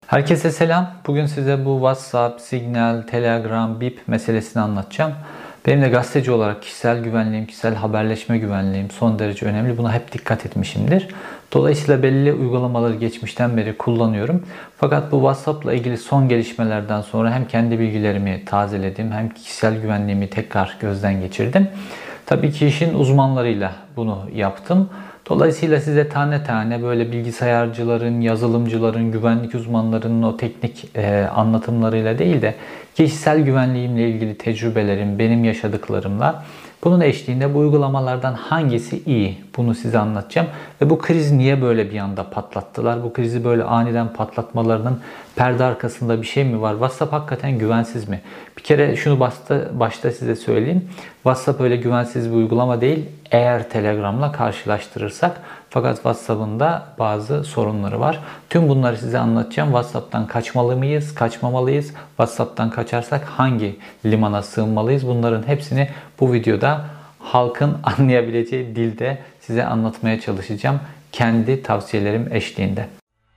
Herkese selam. Bugün size bu WhatsApp, Signal, Telegram, Bip meselesini anlatacağım. Benim de gazeteci olarak kişisel güvenliğim, kişisel haberleşme güvenliğim son derece önemli. Buna hep dikkat etmişimdir. Dolayısıyla belli uygulamaları geçmişten beri kullanıyorum. Fakat bu WhatsApp'la ilgili son gelişmelerden sonra hem kendi bilgilerimi tazeledim hem kişisel güvenliğimi tekrar gözden geçirdim. Tabii ki işin uzmanlarıyla bunu yaptım. Dolayısıyla size tane tane böyle bilgisayarcıların, yazılımcıların, güvenlik uzmanlarının o teknik anlatımlarıyla değil de kişisel güvenliğimle ilgili tecrübelerim, benim yaşadıklarımla bunun eşliğinde bu uygulamalardan hangisi iyi? Bunu size anlatacağım. Ve bu kriz niye böyle bir anda patlattılar? Bu krizi böyle aniden patlatmalarının perde arkasında bir şey mi var? WhatsApp hakikaten güvensiz mi? Bir kere şunu başta size söyleyeyim. WhatsApp öyle güvensiz bir uygulama değil. Eğer Telegram'la karşılaştırırsak. Fakat WhatsApp'ın da bazı sorunları var. Tüm bunları size anlatacağım. WhatsApp'tan kaçmalı mıyız, kaçmamalıyız? WhatsApp'tan kaçarsak hangi limana sığınmalıyız? Bunların hepsini bu videoda halkın anlayabileceği dilde size anlatmaya çalışacağım. Kendi tavsiyelerim eşliğinde.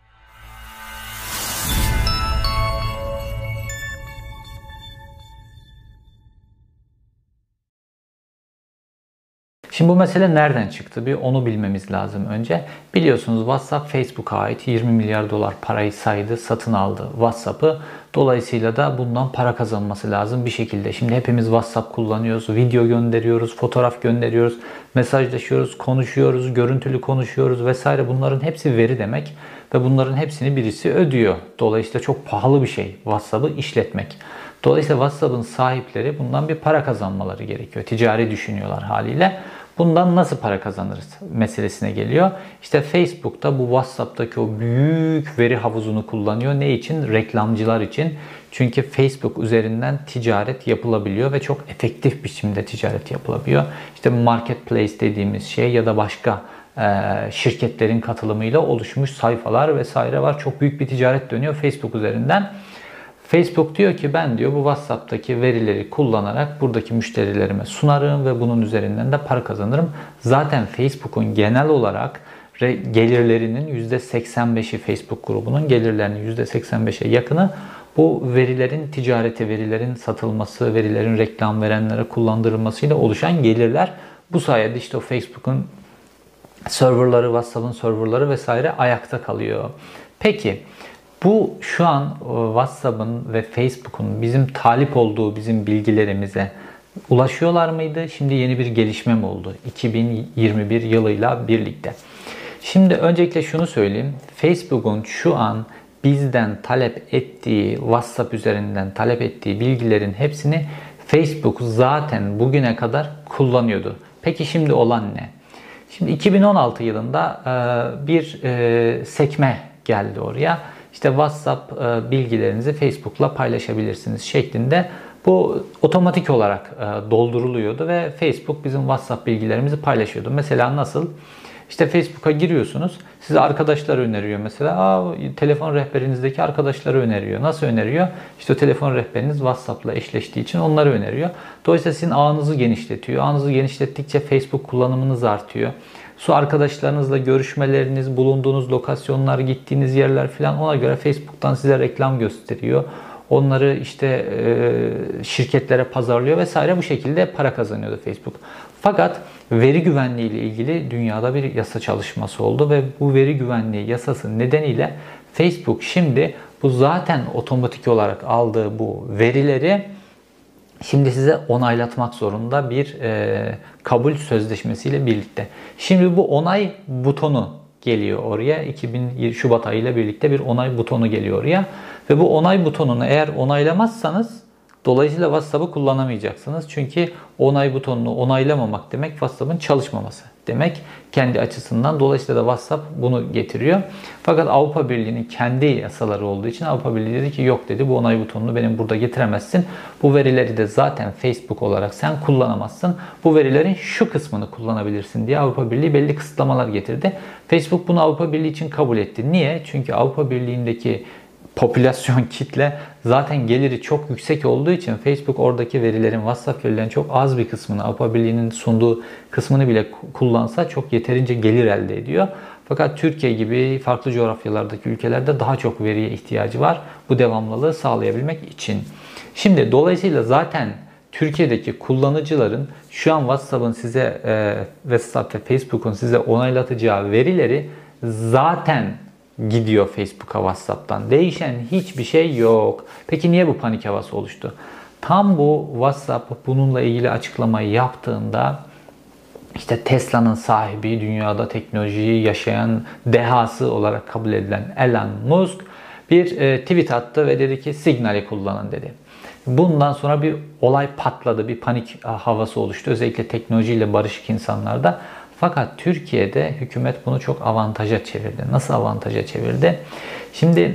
Şimdi bu mesele nereden çıktı? Bir onu bilmemiz lazım önce. Biliyorsunuz WhatsApp Facebook'a ait 20 milyar dolar parayı saydı, satın aldı WhatsApp'ı. Dolayısıyla da bundan para kazanması lazım bir şekilde. Şimdi hepimiz WhatsApp kullanıyoruz, video gönderiyoruz, fotoğraf gönderiyoruz, mesajlaşıyoruz, konuşuyoruz, görüntülü konuşuyoruz vesaire. Bunların hepsi veri demek ve bunların hepsini birisi ödüyor. Dolayısıyla çok pahalı bir şey WhatsApp'ı işletmek. Dolayısıyla WhatsApp'ın sahipleri bundan bir para kazanmaları gerekiyor. Ticari düşünüyorlar haliyle. Bundan nasıl para kazanırız meselesine geliyor. İşte Facebook'ta bu WhatsApp'taki o büyük veri havuzunu kullanıyor. Ne için? Reklamcılar için. Çünkü Facebook üzerinden ticaret yapılabiliyor ve çok efektif biçimde ticaret yapılabiliyor. İşte marketplace dediğimiz şey ya da başka şirketlerin katılımıyla oluşmuş sayfalar vesaire var. Çok büyük bir ticaret dönüyor Facebook üzerinden. Facebook diyor ki ben diyor bu WhatsApp'taki verileri kullanarak buradaki müşterilerime sunarım ve bunun üzerinden de para kazanırım. Zaten Facebook'un genel olarak gelirlerinin %85'i Facebook grubunun gelirlerinin %85'e yakını bu verilerin ticareti, verilerin satılması, verilerin reklam verenlere kullandırılmasıyla oluşan gelirler. Bu sayede işte o Facebook'un serverları, WhatsApp'ın serverları vesaire ayakta kalıyor. Peki bu şu an WhatsApp'ın ve Facebook'un bizim talip olduğu bizim bilgilerimize ulaşıyorlar mıydı? Şimdi yeni bir gelişme mi oldu? 2021 yılıyla birlikte. Şimdi öncelikle şunu söyleyeyim. Facebook'un şu an bizden talep ettiği, WhatsApp üzerinden talep ettiği bilgilerin hepsini Facebook zaten bugüne kadar kullanıyordu. Peki şimdi olan ne? Şimdi 2016 yılında bir sekme geldi oraya. İşte WhatsApp bilgilerinizi Facebook'la paylaşabilirsiniz şeklinde bu otomatik olarak dolduruluyordu ve Facebook bizim WhatsApp bilgilerimizi paylaşıyordu. Mesela nasıl? İşte Facebook'a giriyorsunuz. Size arkadaşlar öneriyor mesela. Telefon rehberinizdeki arkadaşları öneriyor. Nasıl öneriyor? İşte o telefon rehberiniz WhatsApp'la eşleştiği için onları öneriyor. Dolayısıyla sizin ağınızı genişletiyor. Ağınızı genişlettikçe Facebook kullanımınız artıyor. Arkadaşlarınızla görüşmeleriniz, bulunduğunuz lokasyonlar, gittiğiniz yerler falan ona göre Facebook'tan size reklam gösteriyor. Onları işte şirketlere pazarlıyor vesaire, bu şekilde para kazanıyordu Facebook. Fakat veri güvenliği ile ilgili dünyada bir yasa çalışması oldu ve bu veri güvenliği yasası nedeniyle Facebook şimdi bu zaten otomatik olarak aldığı bu verileri şimdi size onaylatmak zorunda bir kabul sözleşmesiyle birlikte. Şimdi bu onay butonu geliyor oraya. 2020 Şubat ayı ile birlikte bir onay butonu geliyor oraya. Ve bu onay butonunu eğer onaylamazsanız dolayısıyla WhatsApp'ı kullanamayacaksınız. Çünkü onay butonunu onaylamamak demek WhatsApp'ın çalışmaması demek kendi açısından. Dolayısıyla da WhatsApp bunu getiriyor. Fakat Avrupa Birliği'nin kendi yasaları olduğu için Avrupa Birliği dedi ki yok dedi, bu onay butonunu benim burada getiremezsin. Bu verileri de zaten Facebook olarak sen kullanamazsın. Bu verilerin şu kısmını kullanabilirsin diye Avrupa Birliği belli kısıtlamalar getirdi. Facebook bunu Avrupa Birliği için kabul etti. Niye? Çünkü Avrupa Birliği'ndeki popülasyon kitle zaten geliri çok yüksek olduğu için Facebook oradaki verilerin, WhatsApp verilerinin çok az bir kısmını, Avrupa Birliği'nin sunduğu kısmını bile kullansa çok yeterince gelir elde ediyor. Fakat Türkiye gibi farklı coğrafyalardaki ülkelerde daha çok veriye ihtiyacı var bu devamlılığı sağlayabilmek için. Şimdi dolayısıyla zaten Türkiye'deki kullanıcıların şu an WhatsApp'ın size WhatsApp ve Facebook'un size onaylatacağı verileri zaten gidiyor Facebook'a, WhatsApp'tan. Değişen hiçbir şey yok. Peki niye bu panik havası oluştu? Tam bu WhatsApp bununla ilgili açıklamayı yaptığında işte Tesla'nın sahibi, dünyada teknolojiyi yaşayan dehası olarak kabul edilen Elon Musk bir tweet attı ve dedi ki Signal'i kullanın dedi. Bundan sonra bir olay patladı, bir panik havası oluştu. Özellikle teknolojiyle barışık insanlarda. Fakat Türkiye'de hükümet bunu çok avantaja çevirdi. Nasıl avantaja çevirdi? Şimdi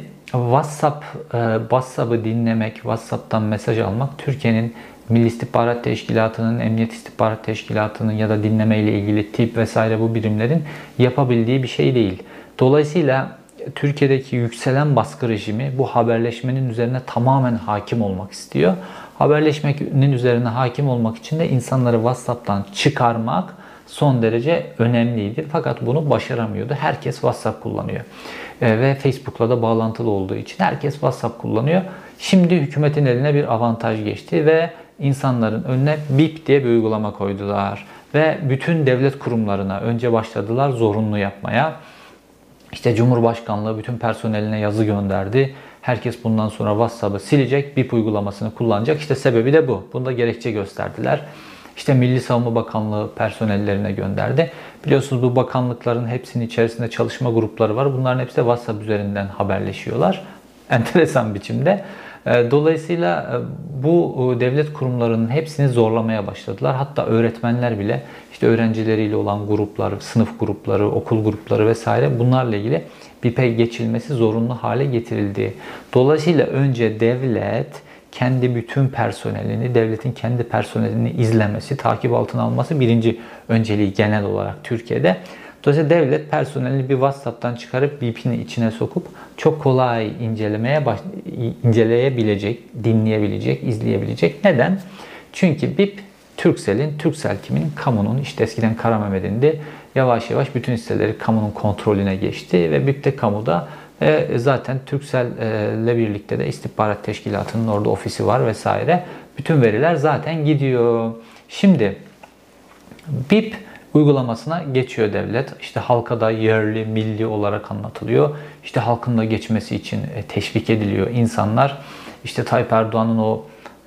WhatsApp'ı dinlemek, WhatsApp'tan mesaj almak Türkiye'nin Milli İstihbarat Teşkilatı'nın, Emniyet İstihbarat Teşkilatı'nın ya da dinleme ile ilgili tip vesaire bu birimlerin yapabildiği bir şey değil. Dolayısıyla Türkiye'deki yükselen baskı rejimi bu haberleşmenin üzerine tamamen hakim olmak istiyor. Haberleşmenin üzerine hakim olmak için de insanları WhatsApp'tan çıkarmak son derece önemliydi. Fakat bunu başaramıyordu. Herkes WhatsApp kullanıyor. Ve Facebook'la da bağlantılı olduğu için herkes WhatsApp kullanıyor. Şimdi hükümetin eline bir avantaj geçti ve insanların önüne BIP diye bir uygulama koydular. Ve bütün devlet kurumlarına önce başladılar zorunlu yapmaya. İşte Cumhurbaşkanlığı bütün personeline yazı gönderdi. Herkes bundan sonra WhatsApp'ı silecek, BIP uygulamasını kullanacak. İşte sebebi de bu. Bunda gerekçe gösterdiler. İşte Milli Savunma Bakanlığı personellerine gönderdi. Biliyorsunuz bu bakanlıkların hepsinin içerisinde çalışma grupları var. Bunların hepsi de WhatsApp üzerinden haberleşiyorlar. Enteresan biçimde. Dolayısıyla bu devlet kurumlarının hepsini zorlamaya başladılar. Hatta öğretmenler bile işte öğrencileriyle olan gruplar, sınıf grupları, okul grupları vesaire bunlarla ilgili BİP'e geçilmesi zorunlu hale getirildi. Dolayısıyla önce devlet kendi bütün personelini, devletin kendi personelini izlemesi, takip altına alması birinci önceliği genel olarak Türkiye'de. Dolayısıyla devlet personelini bir WhatsApp'tan çıkarıp BİP'in içine sokup çok kolay inceleyebilecek, dinleyebilecek, izleyebilecek. Neden? Çünkü BIP Turkcell'in, Turkcell kimin? Kamunun, işte eskiden Kara Mehmet'indi. Yavaş yavaş bütün hisseleri kamunun kontrolüne geçti ve BIP de kamuda. Zaten Turkcell ile birlikte de istihbarat teşkilatının orada ofisi var vesaire. Bütün veriler zaten gidiyor. Şimdi BIP uygulamasına geçiyor devlet. İşte halka da yerli, milli olarak anlatılıyor. İşte halkın da geçmesi için teşvik ediliyor insanlar. İşte Tayyip Erdoğan'ın o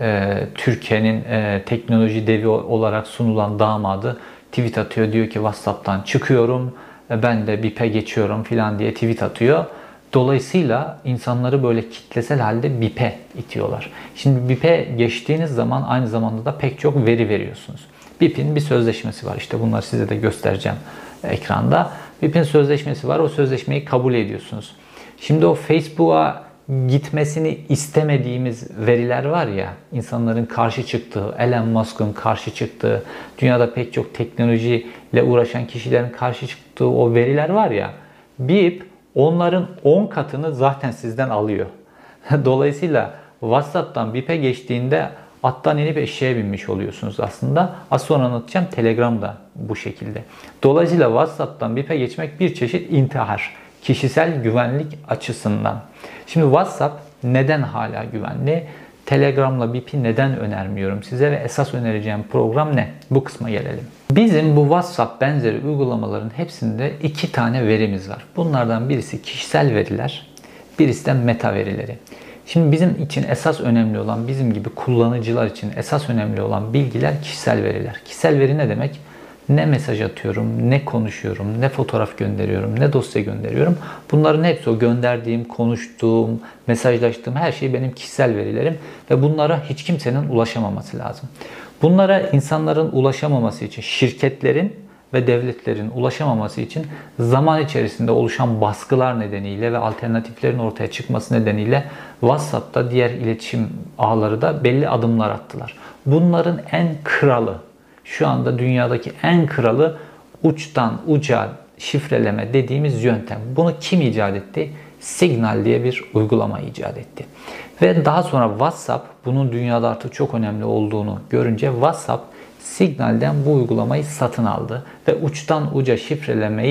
Türkiye'nin teknoloji devi olarak sunulan damadı tweet atıyor. Diyor ki WhatsApp'tan çıkıyorum, ben de BİP'e geçiyorum filan diye tweet atıyor. Dolayısıyla insanları böyle kitlesel halde BİP'e itiyorlar. Şimdi BİP'e geçtiğiniz zaman aynı zamanda da pek çok veri veriyorsunuz. BİP'in bir sözleşmesi var. İşte bunları size de göstereceğim ekranda. BİP'in sözleşmesi var. O sözleşmeyi kabul ediyorsunuz. Şimdi o Facebook'a gitmesini istemediğimiz veriler var ya, insanların karşı çıktığı, Elon Musk'un karşı çıktığı, dünyada pek çok teknolojiyle uğraşan kişilerin karşı çıktığı o veriler var ya, BIP onların 10 katını zaten sizden alıyor. Dolayısıyla WhatsApp'tan BİP'e geçtiğinde attan inip eşeğe binmiş oluyorsunuz aslında. Az sonra anlatacağım, Telegram da bu şekilde. Dolayısıyla WhatsApp'tan BİP'e geçmek bir çeşit intihar. Kişisel güvenlik açısından. Şimdi WhatsApp neden hala güvenli? Telegram'la BİP'i neden önermiyorum size ve esas önereceğim program ne? Bu kısma gelelim. Bizim bu WhatsApp benzeri uygulamaların hepsinde 2 tane verimiz var. Bunlardan birisi kişisel veriler, birisi de meta verileri. Şimdi bizim için esas önemli olan, bizim gibi kullanıcılar için esas önemli olan bilgiler kişisel veriler. Kişisel veri ne demek? Ne mesaj atıyorum, ne konuşuyorum, ne fotoğraf gönderiyorum, ne dosya gönderiyorum. Bunların hepsi o gönderdiğim, konuştuğum, mesajlaştığım her şey benim kişisel verilerim. Ve bunlara hiç kimsenin ulaşamaması lazım. Bunlara insanların ulaşamaması için, şirketlerin ve devletlerin ulaşamaması için zaman içerisinde oluşan baskılar nedeniyle ve alternatiflerin ortaya çıkması nedeniyle WhatsApp'ta diğer iletişim ağları da belli adımlar attılar. Bunların en kralı, şu anda dünyadaki en kralı uçtan uca şifreleme dediğimiz yöntem. Bunu kim icat etti? Signal diye bir uygulama icat etti. Ve daha sonra WhatsApp bunun dünyada artık çok önemli olduğunu görünce WhatsApp Signal'den bu uygulamayı satın aldı ve uçtan uca şifrelemeyi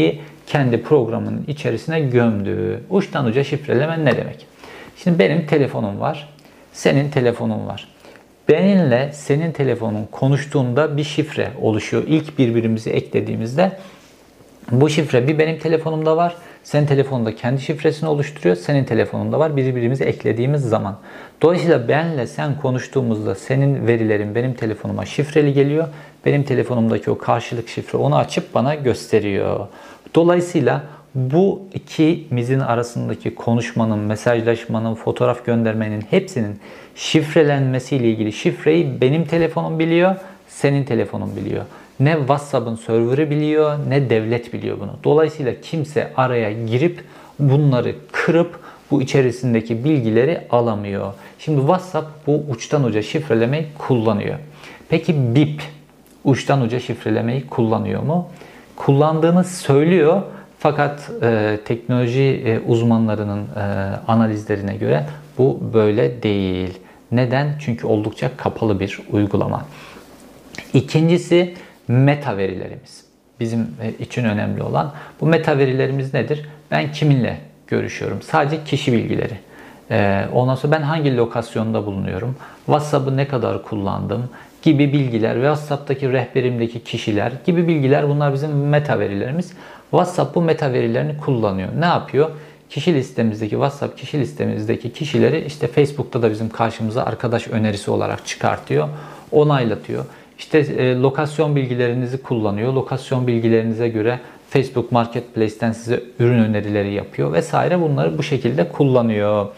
kendi programının içerisine gömdü. Uçtan uca şifreleme ne demek? Şimdi benim telefonum var, senin telefonun var. Benimle senin telefonun konuştuğunda bir şifre oluşuyor. İlk birbirimizi eklediğimizde bu şifre bir benim telefonumda var. Senin telefonunda kendi şifresini oluşturuyor. Senin telefonunda var. Birbirimizi eklediğimiz zaman. Dolayısıyla benle sen konuştuğumuzda senin verilerin benim telefonuma şifreli geliyor. Benim telefonumdaki o karşılık şifre onu açıp bana gösteriyor. Dolayısıyla bu ikimizin arasındaki konuşmanın, mesajlaşmanın, fotoğraf göndermenin hepsinin şifrelenmesiyle ilgili şifreyi benim telefonum biliyor, senin telefonun biliyor. Ne WhatsApp'ın serverı biliyor, ne devlet biliyor bunu. Dolayısıyla kimse araya girip bunları kırıp bu içerisindeki bilgileri alamıyor. Şimdi WhatsApp bu uçtan uca şifrelemeyi kullanıyor. Peki BIP uçtan uca şifrelemeyi kullanıyor mu? Kullandığını söylüyor. Fakat teknoloji uzmanlarının analizlerine göre bu böyle değil. Neden? Çünkü oldukça kapalı bir uygulama. İkincisi meta verilerimiz. Bizim için önemli olan bu meta verilerimiz nedir? Ben kiminle görüşüyorum? Sadece kişi bilgileri. Ondan sonra ben hangi lokasyonda bulunuyorum? WhatsApp'ı ne kadar kullandım? Gibi bilgiler, WhatsApp'taki rehberimdeki kişiler gibi bilgiler, bunlar bizim meta verilerimiz. WhatsApp bu meta verilerini kullanıyor. Ne yapıyor? Kişi listemizdeki, WhatsApp kişi listemizdeki kişileri işte Facebook'ta da bizim karşımıza arkadaş önerisi olarak çıkartıyor, onaylatıyor. İşte lokasyon bilgilerinizi kullanıyor. Lokasyon bilgilerinize göre Facebook Marketplace'ten size ürün önerileri yapıyor vesaire. Bunları bu şekilde kullanıyor.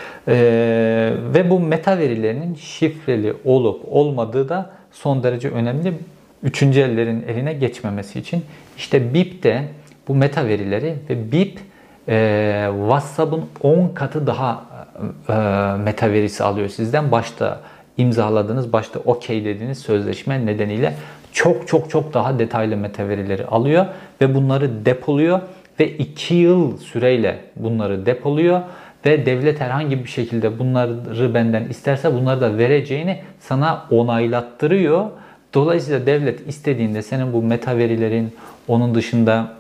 Ve bu meta verilerinin şifreli olup olmadığı da son derece önemli. Üçüncü ellerin eline geçmemesi için. İşte BIP de bu meta verileri ve BIP WhatsApp'ın 10 katı daha meta verisi alıyor sizden. Başta imzaladığınız, başta okey dediğiniz sözleşme nedeniyle çok daha detaylı meta verileri alıyor ve bunları depoluyor ve 2 yıl süreyle bunları depoluyor ve devlet herhangi bir şekilde bunları benden isterse bunları da vereceğini sana onaylattırıyor. Dolayısıyla devlet istediğinde senin bu meta verilerin, onun dışında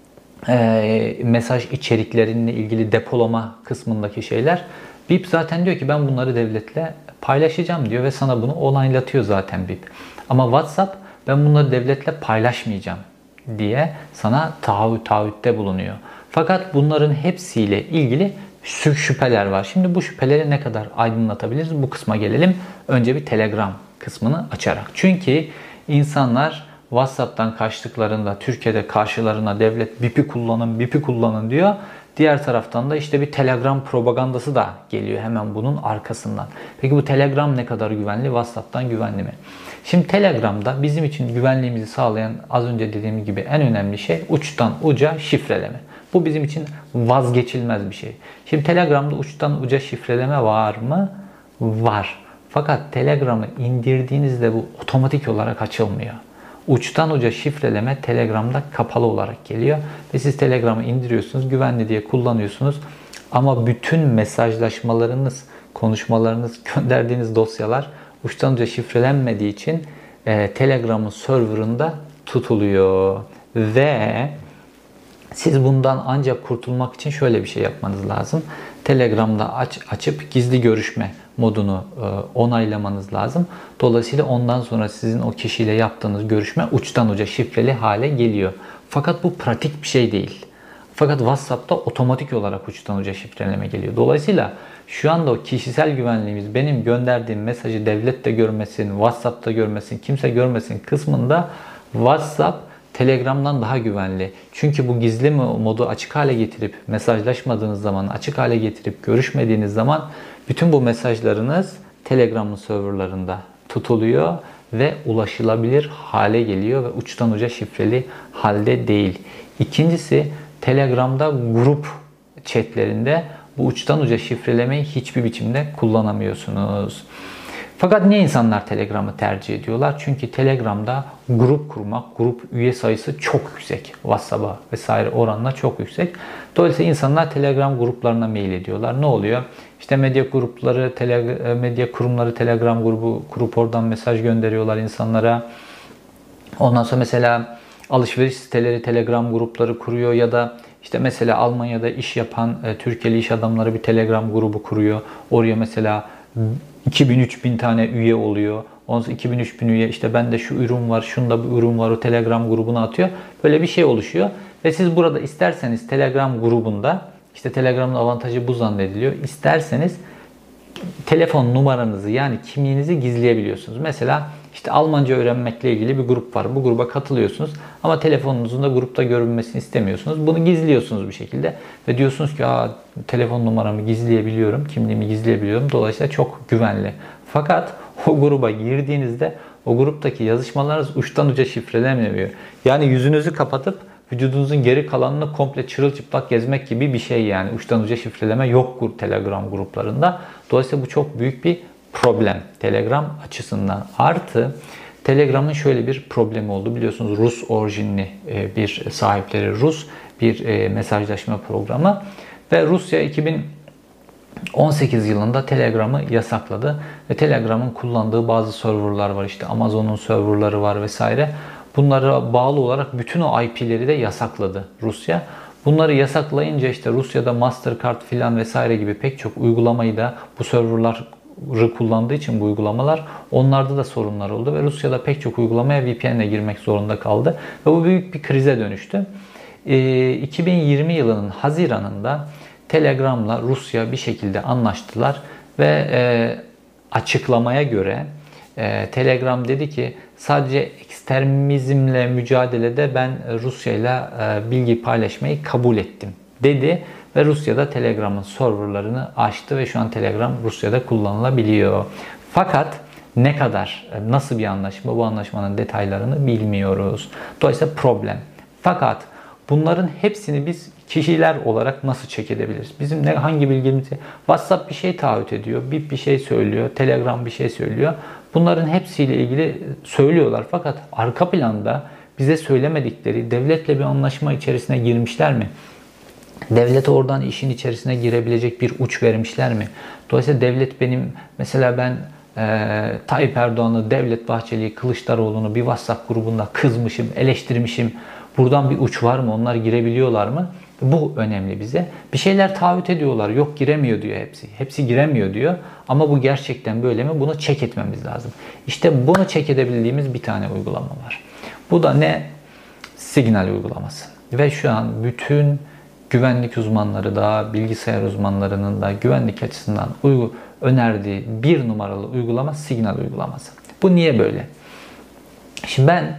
mesaj içeriklerinle ilgili depolama kısmındaki şeyler, BIP zaten diyor ki ben bunları devletle paylaşacağım diyor ve sana bunu onaylatıyor zaten BIP. Ama WhatsApp ben bunları devletle paylaşmayacağım diye sana taahhütte bulunuyor. Fakat bunların hepsiyle ilgili şüpheler var. Şimdi bu şüpheleri ne kadar aydınlatabiliriz? Bu kısma gelelim. Önce bir Telegram kısmını açarak. Çünkü insanlar WhatsApp'tan kaçtıklarında Türkiye'de karşılarına devlet BIP'i kullanın diyor. Diğer taraftan da işte bir Telegram propagandası da geliyor hemen bunun arkasından. Peki bu Telegram ne kadar güvenli? WhatsApp'tan güvenli mi? Şimdi Telegram'da bizim için güvenliğimizi sağlayan, az önce dediğim gibi en önemli şey uçtan uca şifreleme. Bu bizim için vazgeçilmez bir şey. Şimdi Telegram'da uçtan uca şifreleme var mı? Var. Fakat Telegram'ı indirdiğinizde bu otomatik olarak açılmıyor. Uçtan uca şifreleme Telegram'da kapalı olarak geliyor. Ve siz Telegram'ı indiriyorsunuz, güvenli diye kullanıyorsunuz. Ama bütün mesajlaşmalarınız, konuşmalarınız, gönderdiğiniz dosyalar uçtan uca şifrelenmediği için Telegram'ın serverında tutuluyor. Ve siz bundan ancak kurtulmak için şöyle bir şey yapmanız lazım. Telegram'da açıp gizli görüşme modunu onaylamanız lazım. Dolayısıyla ondan sonra sizin o kişiyle yaptığınız görüşme uçtan uca şifreli hale geliyor. Fakat bu pratik bir şey değil. Fakat WhatsApp'ta otomatik olarak uçtan uca şifreleme geliyor. Dolayısıyla şu anda o kişisel güvenliğimiz, benim gönderdiğim mesajı devlet de görmesin, WhatsApp'ta görmesin, kimse görmesin kısmında WhatsApp Telegram'dan daha güvenli. Çünkü bu gizli modu açık hale getirip mesajlaşmadığınız zaman, açık hale getirip görüşmediğiniz zaman bütün bu mesajlarınız Telegram'ın serverlarında tutuluyor ve ulaşılabilir hale geliyor ve uçtan uca şifreli halde değil. İkincisi, Telegram'da grup chatlerinde bu uçtan uca şifrelemeyi hiçbir biçimde kullanamıyorsunuz. Fakat niye insanlar Telegram'ı tercih ediyorlar? Çünkü Telegram'da grup kurmak, grup üye sayısı çok yüksek. WhatsApp'a vesaire oranla çok yüksek. Dolayısıyla insanlar Telegram gruplarına mail ediyorlar. Ne oluyor? İşte medya grupları, medya kurumları Telegram grubu kurup oradan mesaj gönderiyorlar insanlara. Ondan sonra mesela alışveriş siteleri, Telegram grupları kuruyor ya da işte mesela Almanya'da iş yapan Türkiye'li iş adamları bir Telegram grubu kuruyor. Oraya mesela 2000-3000 tane üye oluyor. Ondan sonra 2000-3000 üye işte bende şu ürün var, şunda bir ürün var, o Telegram grubuna atıyor. Böyle bir şey oluşuyor. Ve siz burada isterseniz Telegram grubunda, işte Telegram'ın avantajı bu zannediliyor. İsterseniz telefon numaranızı yani kimliğinizi gizleyebiliyorsunuz. Mesela işte Almanca öğrenmekle ilgili bir grup var. Bu gruba katılıyorsunuz ama telefonunuzun da grupta görünmesini istemiyorsunuz. Bunu gizliyorsunuz bir şekilde ve diyorsunuz ki telefon numaramı gizleyebiliyorum, kimliğimi gizleyebiliyorum. Dolayısıyla çok güvenli. Fakat o gruba girdiğinizde o gruptaki yazışmalarınız uçtan uca şifrelenmiyor. Yani yüzünüzü kapatıp vücudunuzun geri kalanını komple çırılçıplak gezmek gibi bir şey yani. Uçtan uca şifreleme yok Telegram gruplarında. Dolayısıyla bu çok büyük bir problem Telegram açısından. Artı Telegram'ın şöyle bir problemi oldu. Biliyorsunuz Rus orijinli bir sahipleri Rus bir mesajlaşma programı ve Rusya 2018 yılında Telegram'ı yasakladı ve Telegram'ın kullandığı bazı serverlar var. İşte Amazon'un serverları var vesaire. Bunlara bağlı olarak bütün o IP'leri de yasakladı Rusya. Bunları yasaklayınca işte Rusya'da Mastercard filan vesaire gibi pek çok uygulamayı da bu serverlar kullandığı için bu uygulamalar onlarda da sorunlar oldu ve Rusya'da pek çok uygulamaya VPN ile girmek zorunda kaldı ve bu büyük bir krize dönüştü. 2020 yılının Haziran'ında Telegram'la Rusya bir şekilde anlaştılar ve açıklamaya göre Telegram dedi ki sadece ekstremizmle mücadelede ben Rusya'yla bilgi paylaşmayı kabul ettim dedi ve Rusya'da Telegram'ın serverlarını açtı ve şu an Telegram Rusya'da kullanılabiliyor. Fakat ne kadar, nasıl bir anlaşma, bu anlaşmanın detaylarını bilmiyoruz. Dolayısıyla problem. Fakat bunların hepsini biz kişiler olarak nasıl check edebiliriz? Bizim hangi bilgimizi? WhatsApp bir şey taahhüt ediyor, Bip bir şey söylüyor, Telegram bir şey söylüyor. Bunların hepsiyle ilgili söylüyorlar. Fakat arka planda bize söylemedikleri devletle bir anlaşma içerisine girmişler mi? Devlet oradan işin içerisine girebilecek bir uç vermişler mi? Dolayısıyla devlet mesela ben Tayyip Erdoğan'ı, Devlet Bahçeli'yi, Kılıçdaroğlu'nu bir WhatsApp grubunda kızmışım, eleştirmişim. Buradan bir uç var mı? Onlar girebiliyorlar mı? Bu önemli bize. Bir şeyler taahhüt ediyorlar. Yok giremiyor diyor hepsi. Hepsi giremiyor diyor. Ama bu gerçekten böyle mi? Bunu check etmemiz lazım. İşte bunu check edebildiğimiz bir tane uygulama var. Bu da ne? Signal uygulaması. Ve şu an bütün güvenlik uzmanları da, bilgisayar uzmanlarının da güvenlik açısından önerdiği bir numaralı uygulama Signal uygulaması. Bu niye böyle? Şimdi ben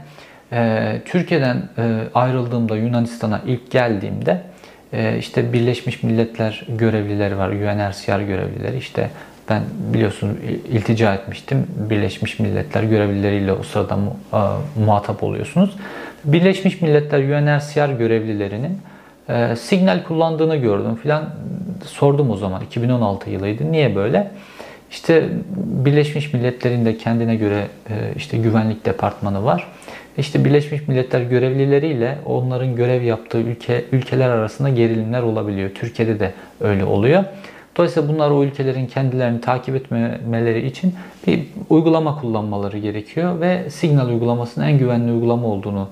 Türkiye'den ayrıldığımda, Yunanistan'a ilk geldiğimde işte Birleşmiş Milletler görevlileri var, UNHCR görevlileri. İşte ben biliyorsunuz iltica etmiştim. Birleşmiş Milletler görevlileriyle o sırada muhatap oluyorsunuz. Birleşmiş Milletler UNHCR görevlilerinin Signal kullandığını gördüm filan. Sordum o zaman. 2016 yılıydı. Niye böyle? İşte Birleşmiş Milletler'in de kendine göre işte güvenlik departmanı var. İşte Birleşmiş Milletler görevlileriyle onların görev yaptığı ülkeler arasında gerilimler olabiliyor. Türkiye'de de öyle oluyor. Dolayısıyla bunlar o ülkelerin kendilerini takip etmemeleri için bir uygulama kullanmaları gerekiyor ve Signal uygulamasının en güvenli uygulama olduğunu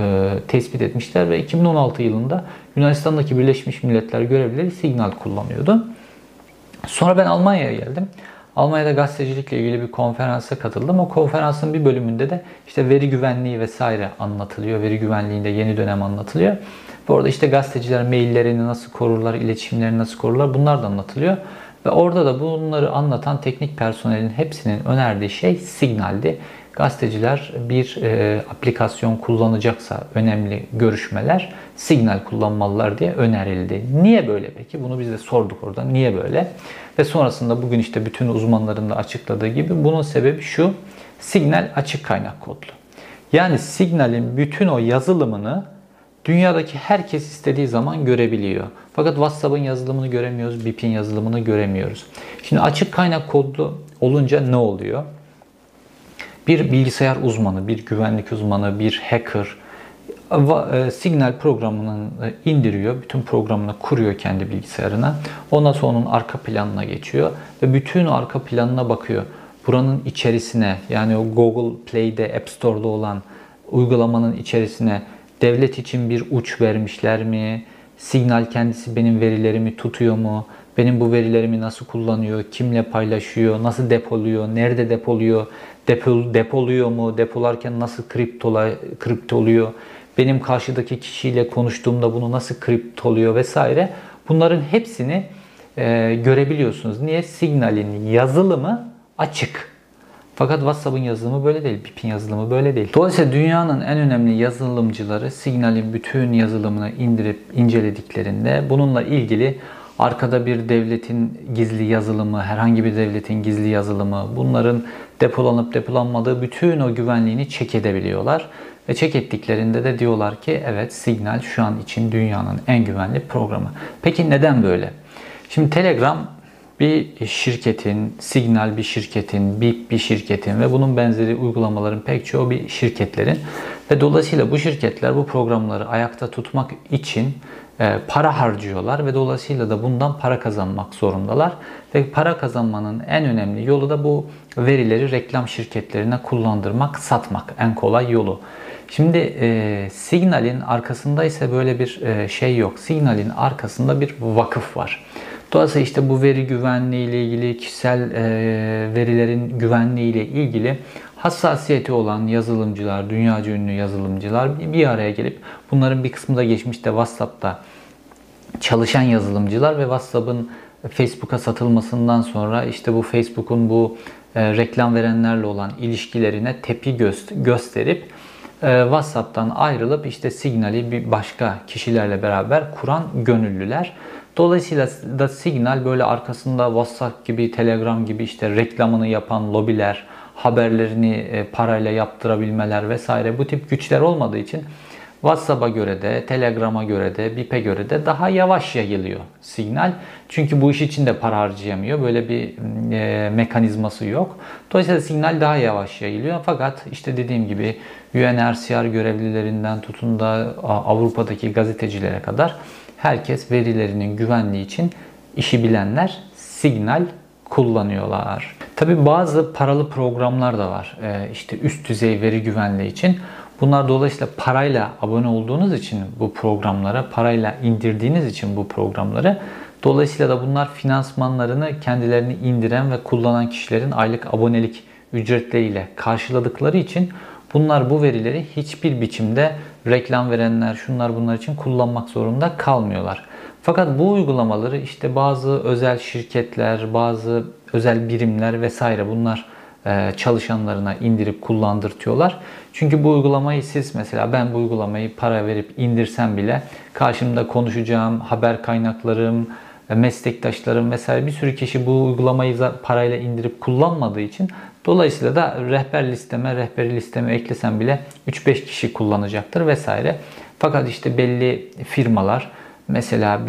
tespit etmişler ve 2016 yılında Yunanistan'daki Birleşmiş Milletler görevlileri Signal kullanıyordu. Sonra ben Almanya'ya geldim. Almanya'da gazetecilikle ilgili bir konferansa katıldım. O konferansın bir bölümünde de işte veri güvenliği vesaire anlatılıyor. Veri güvenliğinde yeni dönem anlatılıyor. Ve orada işte gazeteciler maillerini nasıl korurlar, iletişimlerini nasıl korurlar bunlar da anlatılıyor. Ve orada da bunları anlatan teknik personelin hepsinin önerdiği şey Signal'di. Gazeteciler bir aplikasyon kullanacaksa önemli görüşmeler Signal kullanmalılar diye önerildi. Niye böyle peki? Bunu biz de sorduk orada. Niye böyle? Ve sonrasında bugün işte bütün uzmanların da açıkladığı gibi bunun sebebi şu. Signal açık kaynak kodlu. Yani Signal'in bütün o yazılımını dünyadaki herkes istediği zaman görebiliyor. Fakat WhatsApp'ın yazılımını göremiyoruz, Bip'in yazılımını göremiyoruz. Şimdi açık kaynak kodlu olunca ne oluyor? Bir bilgisayar uzmanı, bir güvenlik uzmanı, bir hacker Signal programını indiriyor. Bütün programını kuruyor kendi bilgisayarına. Ondan sonra onun arka planına geçiyor ve bütün arka planına bakıyor. Buranın içerisine yani o Google Play'de, App Store'da olan uygulamanın içerisine devlet için bir uç vermişler mi? Signal kendisi benim verilerimi tutuyor mu? Benim bu verilerimi nasıl kullanıyor? Kimle paylaşıyor? Nasıl depoluyor? Nerede depoluyor? Depoluyor mu? Depolarken nasıl kriptoluyor? Benim karşıdaki kişiyle konuştuğumda bunu nasıl kriptoluyor vesaire. Bunların hepsini görebiliyorsunuz. Niye? Signal'in yazılımı açık. Fakat WhatsApp'ın yazılımı böyle değil. BIP'in yazılımı böyle değil. Dolayısıyla dünyanın en önemli yazılımcıları Signal'in bütün yazılımını indirip incelediklerinde bununla ilgili arkada bir devletin gizli yazılımı, herhangi bir devletin gizli yazılımı, bunların depolanıp depolanmadığı bütün o güvenliğini check edebiliyorlar. Ve check ettiklerinde de diyorlar ki evet, Signal şu an için dünyanın en güvenli programı. Peki neden böyle? Şimdi Telegram bir şirketin, Signal bir şirketin, BIP bir şirketin ve bunun benzeri uygulamaların pek çoğu bir şirketlerin ve dolayısıyla bu şirketler bu programları ayakta tutmak için para harcıyorlar ve dolayısıyla da bundan para kazanmak zorundalar ve para kazanmanın en önemli yolu da bu verileri reklam şirketlerine kullandırmak, satmak en kolay yolu. Şimdi Signal'in arkasında ise böyle bir şey yok. Signal'in arkasında bir vakıf var. Dolayısıyla işte bu veri güvenliği ile ilgili, kişisel verilerin güvenliği ile ilgili hassasiyeti olan yazılımcılar, dünyaca ünlü yazılımcılar bir araya gelip, bunların bir kısmı da geçmişte WhatsApp'ta çalışan yazılımcılar ve WhatsApp'ın Facebook'a satılmasından sonra işte bu Facebook'un bu reklam verenlerle olan ilişkilerine tepki gösterip WhatsApp'tan ayrılıp işte Signal'i bir başka kişilerle beraber kuran gönüllüler. Dolayısıyla da Signal böyle arkasında WhatsApp gibi, Telegram gibi işte reklamını yapan lobiler, haberlerini parayla yaptırabilmeler vesaire bu tip güçler olmadığı için WhatsApp'a göre de, Telegram'a göre de, BIP'e göre de daha yavaş yayılıyor Signal. Çünkü bu iş için de para harcayamıyor. Böyle bir mekanizması yok. Dolayısıyla Signal daha yavaş yayılıyor. Fakat işte dediğim gibi UNHCR görevlilerinden tutun da Avrupa'daki gazetecilere kadar herkes verilerinin güvenliği için işi bilenler Signal kullanıyorlar. Tabi bazı paralı programlar da var. İşte üst düzey veri güvenliği için. Bunlar dolayısıyla parayla abone olduğunuz için bu programlara, parayla indirdiğiniz için bu programları, dolayısıyla da bunlar finansmanlarını kendilerini indiren ve kullanan kişilerin aylık abonelik ücretleriyle karşıladıkları için bunlar bu verileri hiçbir biçimde reklam verenler, şunlar bunlar için kullanmak zorunda kalmıyorlar. Fakat bu uygulamaları işte bazı özel şirketler, bazı özel birimler vesaire bunlar çalışanlarına indirip kullandırtıyorlar. Çünkü bu uygulamayı siz, mesela ben bu uygulamayı para verip indirsem bile karşımda konuşacağım haber kaynaklarım, meslektaşlarım vesaire bir sürü kişi bu uygulamayı parayla indirip kullanmadığı için dolayısıyla da rehberi listeme eklesem bile 3-5 kişi kullanacaktır vesaire. Fakat işte belli firmalar mesela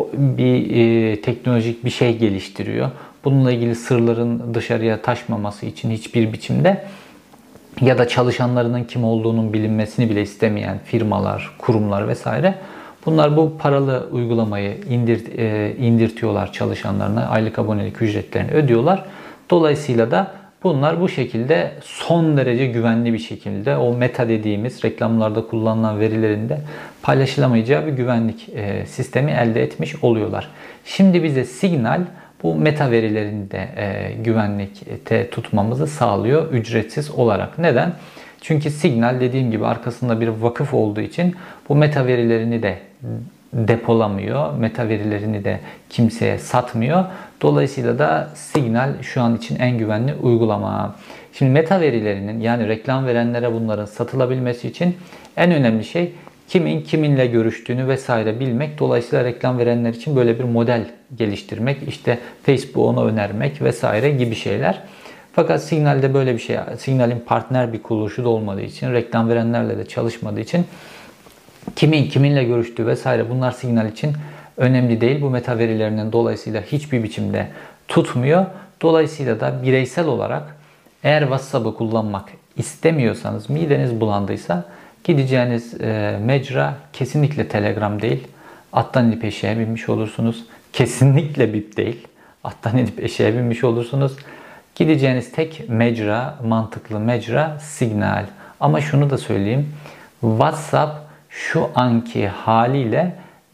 bir teknolojik bir şey geliştiriyor. Bununla ilgili sırların dışarıya taşmaması için hiçbir biçimde ya da çalışanlarının kim olduğunun bilinmesini bile istemeyen firmalar, kurumlar vesaire, bunlar bu paralı uygulamayı indirtiyorlar çalışanlarına, aylık abonelik ücretlerini ödüyorlar. Dolayısıyla da bunlar bu şekilde son derece güvenli bir şekilde o meta dediğimiz reklamlarda kullanılan verilerin de paylaşılamayacağı bir güvenlik sistemi elde etmiş oluyorlar. Şimdi bize Signal bu meta verilerini de güvenlikte tutmamızı sağlıyor ücretsiz olarak. Neden? Çünkü Signal dediğim gibi arkasında bir vakıf olduğu için bu meta verilerini de depolamıyor. Meta verilerini de kimseye satmıyor. Dolayısıyla da Signal şu an için en güvenli uygulama. Şimdi meta verilerinin, yani reklam verenlere bunların satılabilmesi için en önemli şey kimin kiminle görüştüğünü vesaire bilmek. Dolayısıyla reklam verenler için böyle bir model geliştirmek, işte Facebook'u ona önermek vesaire gibi şeyler. Fakat Signal'de böyle bir şey, Signal'in partner bir kuruluşu da olmadığı için, reklam verenlerle de çalışmadığı için kimin kiminle görüştüğü vesaire bunlar Signal için önemli değil. Bu meta verilerinin dolayısıyla hiçbir biçimde tutmuyor. Dolayısıyla da bireysel olarak eğer WhatsApp'ı kullanmak istemiyorsanız, mideniz bulandıysa gideceğiniz mecra kesinlikle Telegram değil. Attan inip eşeğe binmiş olursunuz. Kesinlikle BIP değil. Attan inip eşeğe binmiş olursunuz. Gideceğiniz tek mecra, mantıklı mecra Signal. Ama şunu da söyleyeyim. WhatsApp şu anki haliyle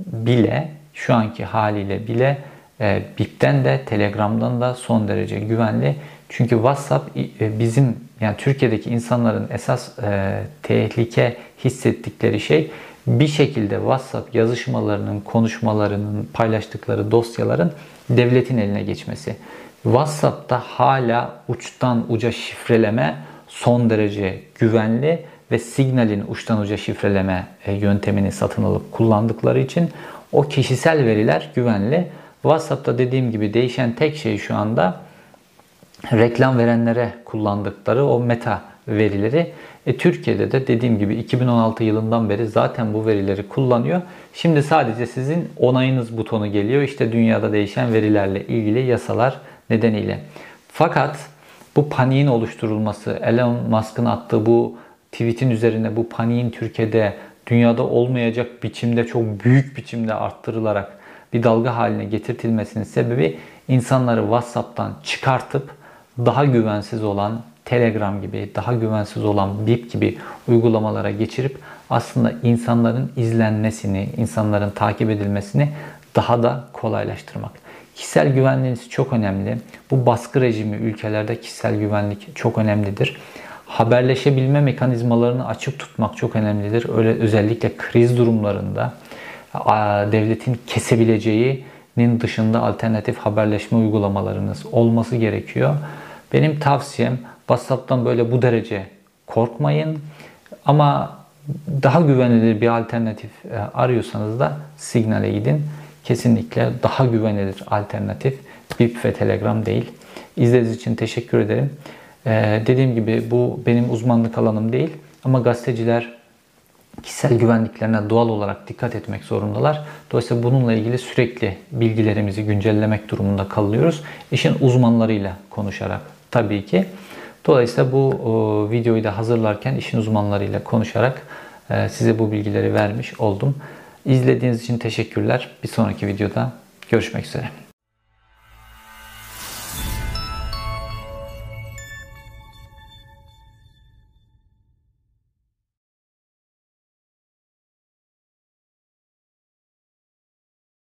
bile BIP'ten de Telegram'dan da son derece güvenli. Çünkü WhatsApp bizim, yani Türkiye'deki insanların esas tehlike hissettikleri şey, bir şekilde WhatsApp yazışmalarının, konuşmalarının, paylaştıkları dosyaların devletin eline geçmesi. WhatsApp'ta hala uçtan uca şifreleme son derece güvenli ve Signal'in uçtan uca şifreleme yöntemini satın alıp kullandıkları için o kişisel veriler güvenli. WhatsApp'ta dediğim gibi değişen tek şey şu anda reklam verenlere kullandıkları o meta verileri. Türkiye'de de dediğim gibi 2016 yılından beri zaten bu verileri kullanıyor. Şimdi sadece sizin onayınız butonu geliyor. İşte dünyada değişen verilerle ilgili yasalar nedeniyle. Fakat bu paniğin oluşturulması, Elon Musk'ın attığı bu tweet'in üzerine bu paniğin Türkiye'de, dünyada olmayacak biçimde, çok büyük biçimde arttırılarak bir dalga haline getirtilmesinin sebebi, insanları WhatsApp'tan çıkartıp daha güvensiz olan Telegram gibi, daha güvensiz olan BIP gibi uygulamalara geçirip aslında insanların izlenmesini, insanların takip edilmesini daha da kolaylaştırmak. Kişisel güvenliğiniz çok önemli. Bu baskı rejimi ülkelerde kişisel güvenlik çok önemlidir. Haberleşebilme mekanizmalarını açık tutmak çok önemlidir. Öyle özellikle kriz durumlarında devletin kesebileceğinin dışında alternatif haberleşme uygulamalarınız olması gerekiyor. Benim tavsiyem, WhatsApp'tan böyle bu derece korkmayın. Ama daha güvenilir bir alternatif arıyorsanız da Signal'e gidin. Kesinlikle daha güvenilir alternatif BIP ve Telegram değil. İzlediğiniz için teşekkür ederim. Dediğim gibi bu benim uzmanlık alanım değil. Ama gazeteciler kişisel güvenliklerine doğal olarak dikkat etmek zorundalar. Dolayısıyla bununla ilgili sürekli bilgilerimizi güncellemek durumunda kalıyoruz. İşin uzmanlarıyla konuşarak tabii ki. Dolayısıyla bu videoyu da hazırlarken işin uzmanlarıyla konuşarak size bu bilgileri vermiş oldum. İzlediğiniz için teşekkürler. Bir sonraki videoda görüşmek üzere.